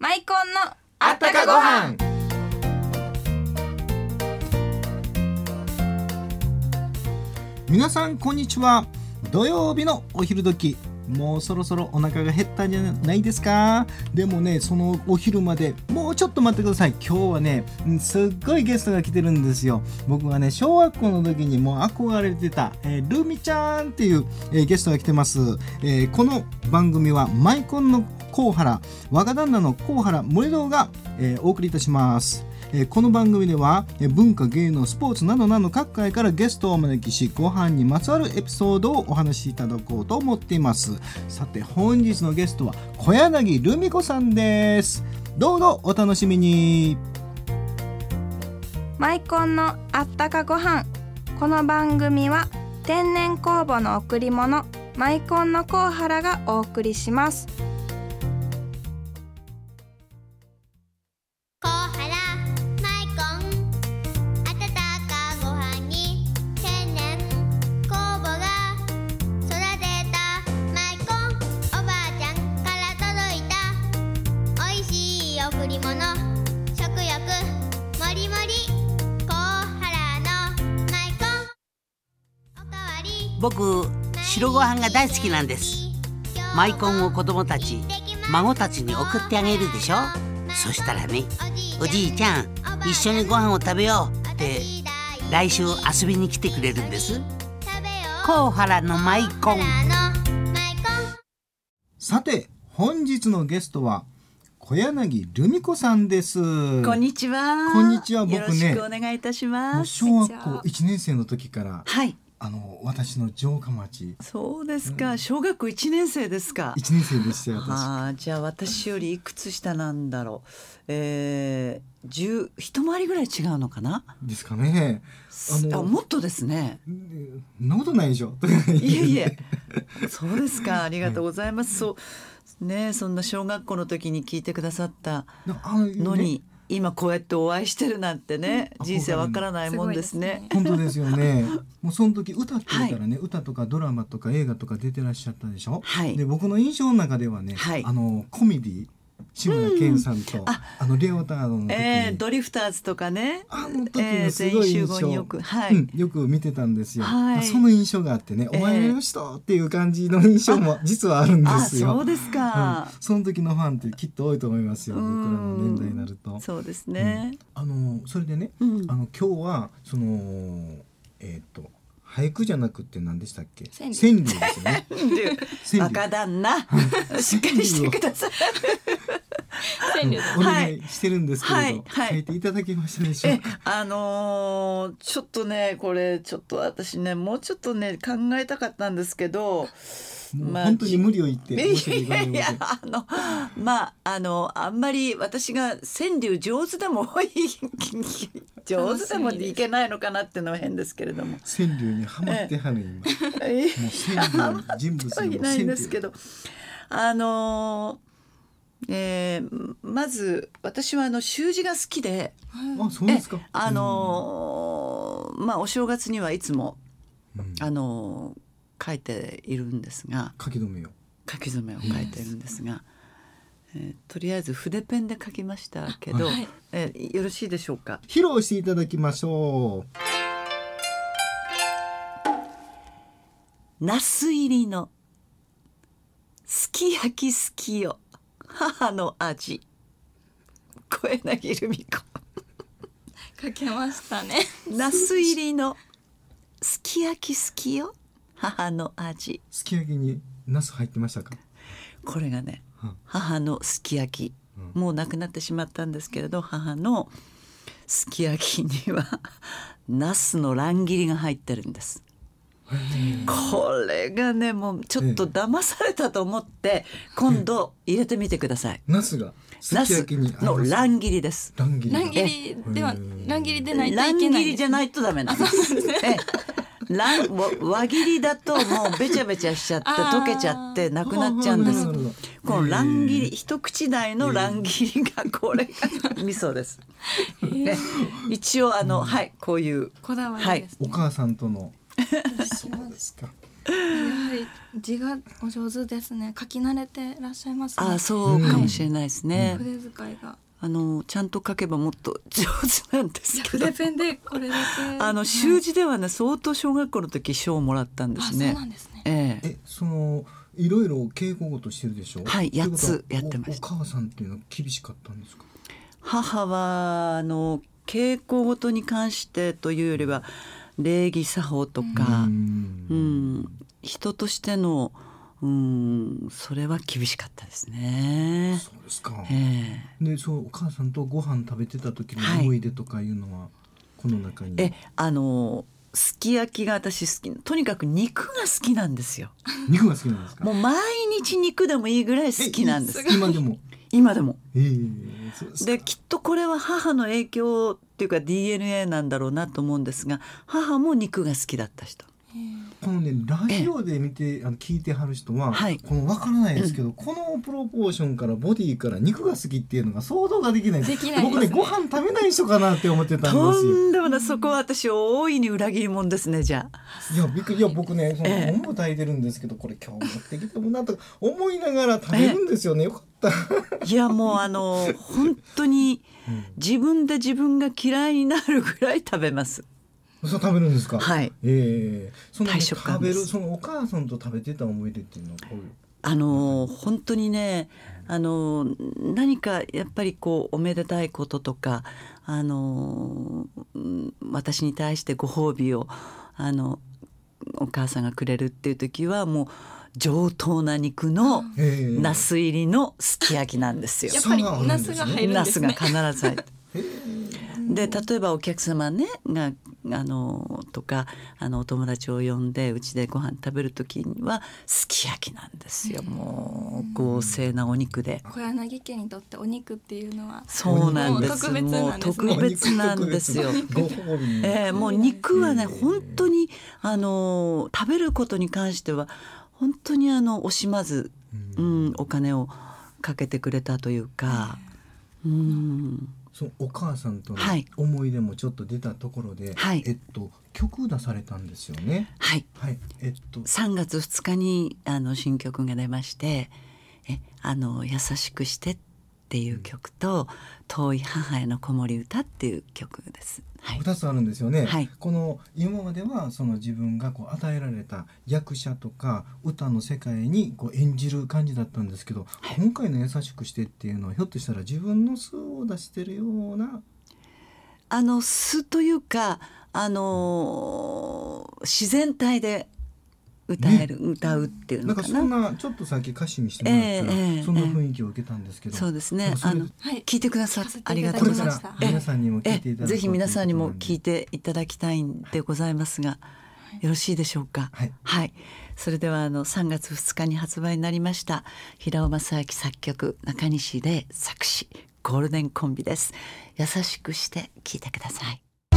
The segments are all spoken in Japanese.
マイコンのあったかご飯。 皆さんこんにちは。土曜日のお昼時、もうそろそろお腹が減ったんじゃないですか。でもね、そのお昼までもうちょっと待ってください。今日はね、すっごいゲストが来てるんですよ。僕がね、小学校の時にもう憧れてた、ルミちゃんっていう、ゲストが来てます。この番組はマイコンの高原、若旦那の高原森堂が、お送りいたします。この番組では文化、芸能、スポーツなどなど各界からゲストをお招きし、ご飯にまつわるエピソードをお話しいただこうと思っています。さて本日のゲストは小柳ルミ子さんです。どうぞお楽しみに。 マイコンのあったかご飯。この番組は天然酵母の贈り物、マイコンの高原がお送りします。 僕、白ご飯が大好きなんです。マイコンを子供たち、孫たちに送ってあげるでしょ。そしたらね、おじいちゃん一緒にご飯を食べようって来週遊びに来てくれるんです。高原のマイコン。 さて本日のゲストは小柳ルミ子さんです。 こんにちは。 こんにちは。僕ね、 よろしくお願いいたします。 小学校1年生の時から、 はい、 私の城下町。 そうですか、小学校1年生ですか。 1年生でしたよ、 私。じゃあ私よりいくつ下なんだろう。一回りぐらい違うのかなですかね。 もっとですね。 そんなことないでしょ。 いえいえそうですか、ありがとうございます。そうね、そんな小学校の時に聞いてくださったのに、今こうやってお会いしてるなんてね、人生わからないもんですね。 本当ですよね。もうその時歌って言ったらね、歌とかドラマとか映画とか出てらっしゃったでしょ。 はい、 で僕の印象の中ではね、 はい、 コメディ志村けんさんと、レオタードの時に、 ドリフターズとかね、 時のすごい印象、 全員集合によく、 よく見てたんですよ。 その印象があってね、お前の人っていう感じの印象も実はあるんですよ。 そうですか。 その時のファンってきっと多いと思いますよ。僕らの年代になると。 そうですね。 それでね、今日はその俳句じゃなくて何でしたっけ？川柳ですよね。 若旦那、しっかりしてください。 お願いしてるんですけれど、書いていただけましたでしょうか？ ちょっとね、これちょっと私ね、もうちょっとね考えたかったんですけど、 本当に無理を言って申し訳ございません。 あんまり私が川柳上手でも上手でもいけないのかなっていうのは変ですけれども、 川柳にハマってはね、今もう川柳人物はいないんですけど、まず私は習字が好きで、 そうですか。 お正月にはいつも、書いているんですが、 書き初めを書いているんですが、とりあえず筆ペンで書きましたけど、よろしいでしょうか。 披露していただきましょう。ナス入りのすき焼き好きよ母の味、小柳ルミ子。 書けましたね。 ナス入りのすき焼き好きよ母の味。 すき焼きにナス入ってましたか？ これがね、母のすき焼き、もう亡くなってしまったんですけれど、母のすき焼きにはナスの乱切りが入ってるんです。これがね、もうちょっと騙されたと思って今度入れてみてください。 ナスがすき焼きにの乱切りです。 乱切りでは乱切りでないといけない。 乱切りじゃないとダメなんです。輪切りだともうべちゃべちゃしちゃって溶けちゃってなくなっちゃうんです。この乱切り、一口大の乱切りが、これが味噌です。一応こういうこだわりですね。 お母さんとのそうですか。 はり字がお上手ですね。書き慣れてらっしゃいますね。 そうかもしれないですね。 筆遣いがちゃんと書けばもっと上手なんですけど、 筆ペンでこれだけ習字ではね相当小学校の時賞をもらったんですね。 そうなんですね。 いろいろ稽古事してるでしょ。 はい、8つやってました。 お母さんっていうのは厳しかったんですか。 母は稽古事に関してというよりは礼儀作法とか、人としてのそれは厳しかったですね。 そうですか。でお母さんとご飯食べてた時の思い出とかいうのは、この中にすき焼きが私好き、とにかく肉が好きなんですよ。 肉が好きなんですか。 もう毎日肉でもいいぐらい好きなんです。 今でも。 できっとこれは母の影響っていうか DNA なんだろうなと思うんですが、母も肉が好きだった人。 このねラジオで見て聞いてはる人は、この分からないですけど、このプロポーションからボディから肉が好きっていうのが想像ができない。僕ねご飯食べない人かなって思ってたんですよ。 とんでもない、そこは私大いに裏切り者ですね。じゃあいや僕ね本も炊いてるんですけど、これ今日持ってきてもなとか思いながら食べるんですよね。よかった。 いやもう本当に自分で自分が嫌いになるぐらい食べます。 そう食べるんですか。 はい。 その食べるそのお母さんと食べてた思い出っていうのはこういう本当にね何かやっぱりこうおめでたいこととか私に対してご褒美をお母さんがくれるっていう時はもう上等な肉のナス入りのすき焼きなんですよ。 やっぱりナスが入るんですね。 ナスが必ず入る。で例えばお客様ねがとかお友達を呼んでうちでご飯食べる時にはすき焼きなんですよ。もう豪勢なお肉で。 小柳家にとってお肉っていうのはそうなんです。もう特別なんですよ。もう肉はね本当に食べることに関しては本当に惜しまず、お金をかけてくれたというか。 そのお母さんとの思い出もちょっと出たところで、曲出されたんですよね。 3月2日に新曲が出まして優しくしてっていう曲と、遠い母への子守歌っていう曲です。 2つあるんですよね。この今まではその自分がこう与えられた役者とか歌の世界にこう演じる感じだったんですけど、今回の優しくしてっていうのはひょっとしたら自分の素を出してるような素というか自然体で歌うっていうのかな。 そんなちょっとさっき歌詞にしてもらったら、そんな雰囲気を受けたんですけど。 そうですね。聞いてくださってありがとうございます。 これから皆さんにも聞いていただくぜひ皆さんにも聞いていただきたいんでございますが、よろしいでしょうか。それでは3月2日に発売になりました平尾正明作曲中西礼作詞ゴールデンコンビです。優しくして聞いてください。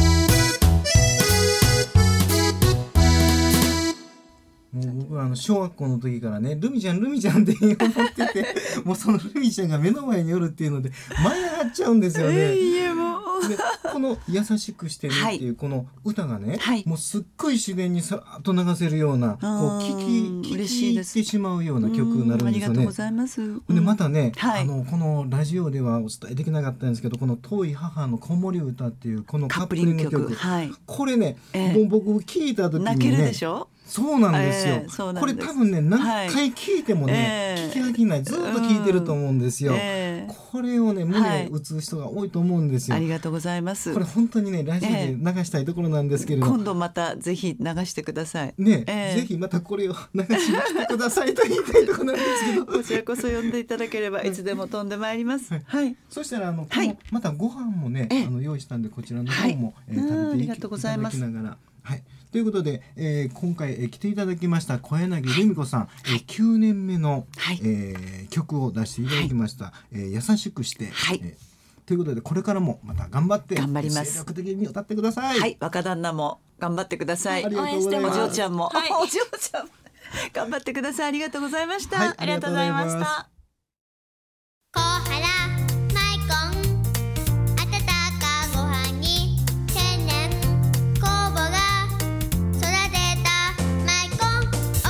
もう僕は小学校の時からねルミちゃんって思っててもうそのルミちゃんが目の前におるっていうので舞い上がっちゃうんですよね。でこの優しくしてねっていうこの歌がね、もうすっごい自然にさっと流せるようなこう聞き入ってしまうような曲になるんですよね。 ありがとうございます。 でまたね、このラジオではお伝えできなかったんですけど、この遠い母の子守歌っていうこのカップリング曲、これね、もう僕聞いた時にね泣けるでしょ。 そうなんですよ。これ多分ね何回聞いてもね、聞き飽きない、ずっと聞いてると思うんですよ。これをね胸打つ人が多いと思うんですよ。 ありがとうございます。 これ本当にねラジオで流したいところなんですけれど、 今度またぜひ流してくださいね。ぜひまたこれを流しに来てくださいと言いたいところなんですけどこちらこそ呼んでいただければいつでも飛んでまいります。 そしたらこのまたご飯もね用意したんで、こちらの方も食べていただきながら。ということで、今回来ていただきました小柳ルミ子さん、9年目の、曲を出していただきました、優しくして、ということでこれからもまた頑張って頑張ります。 精力的に歌ってください。 若旦那も頑張ってください。 ありがとうございます。 お嬢ちゃんも、お嬢ちゃんも頑張ってください。ありがとうございました。 ありがとうございました。 小原マイコン温かご飯に天然酵母が育てたマイコン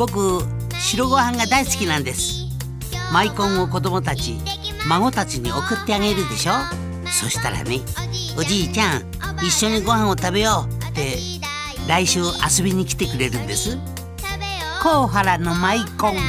僕白ご飯が大好きなんです。マイコンを子供たち孫たちに送ってあげるでしょ。そしたらね、おじいちゃん一緒にご飯を食べようって来週遊びに来てくれるんです。コウハラのマイコン。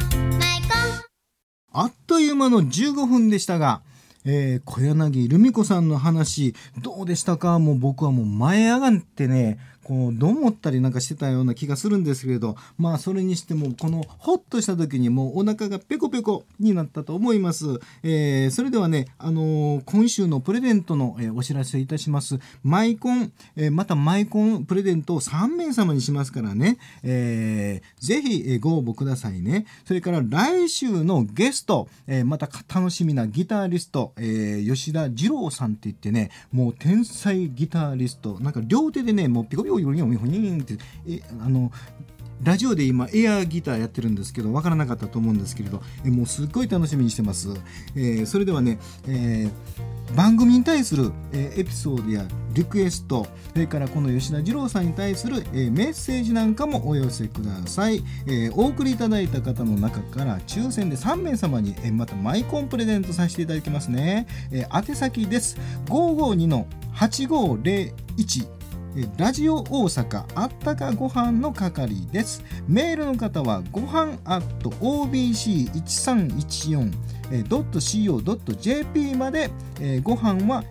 あっという間の15分でしたが、小柳ルミ子さんの話どうでしたか？もう僕はもう前上がってね、こうどう思ったりなんかしてたような気がするんですけれど、まあそれにしてもこのホッとした時にもうお腹がペコペコになったと思います。それではね、今週のプレゼントの、お知らせいたします。マイコン、またマイコンプレゼントを3名様にしますからね、ぜひ、ご応募くださいね。それから来週のゲスト、また楽しみなギタリスト、吉田二郎さんって言ってね、もう天才ギタリスト、なんか両手でね、もうピコピコヨニョンヨニョンってラジオで今エアギターやってるんですけど分からなかったと思うんですけれど、もうすっごい楽しみにしてます。それではね、番組に対する、エピソードやリクエスト、それからこの吉田二郎さんに対する、メッセージなんかもお寄せください。お送りいただいた方の中から抽選で3名様に、またマイコンプレゼントさせていただきますね。宛先です。552-8501ラジオ大阪あったかご飯の係です。メールの方はごはん@obc1314.co.jp まで、ご飯は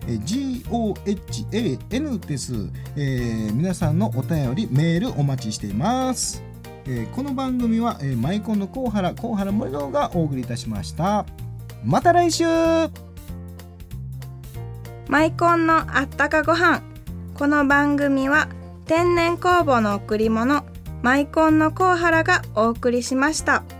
GOHAN です。皆さんのお便りメールお待ちしています。この番組は、マイコンのコウハラ森野がお送りいたしました。また来週。 マイコンのあったかご飯。この番組は天然酵母の贈り物マイコンのコウハラがお送りしました。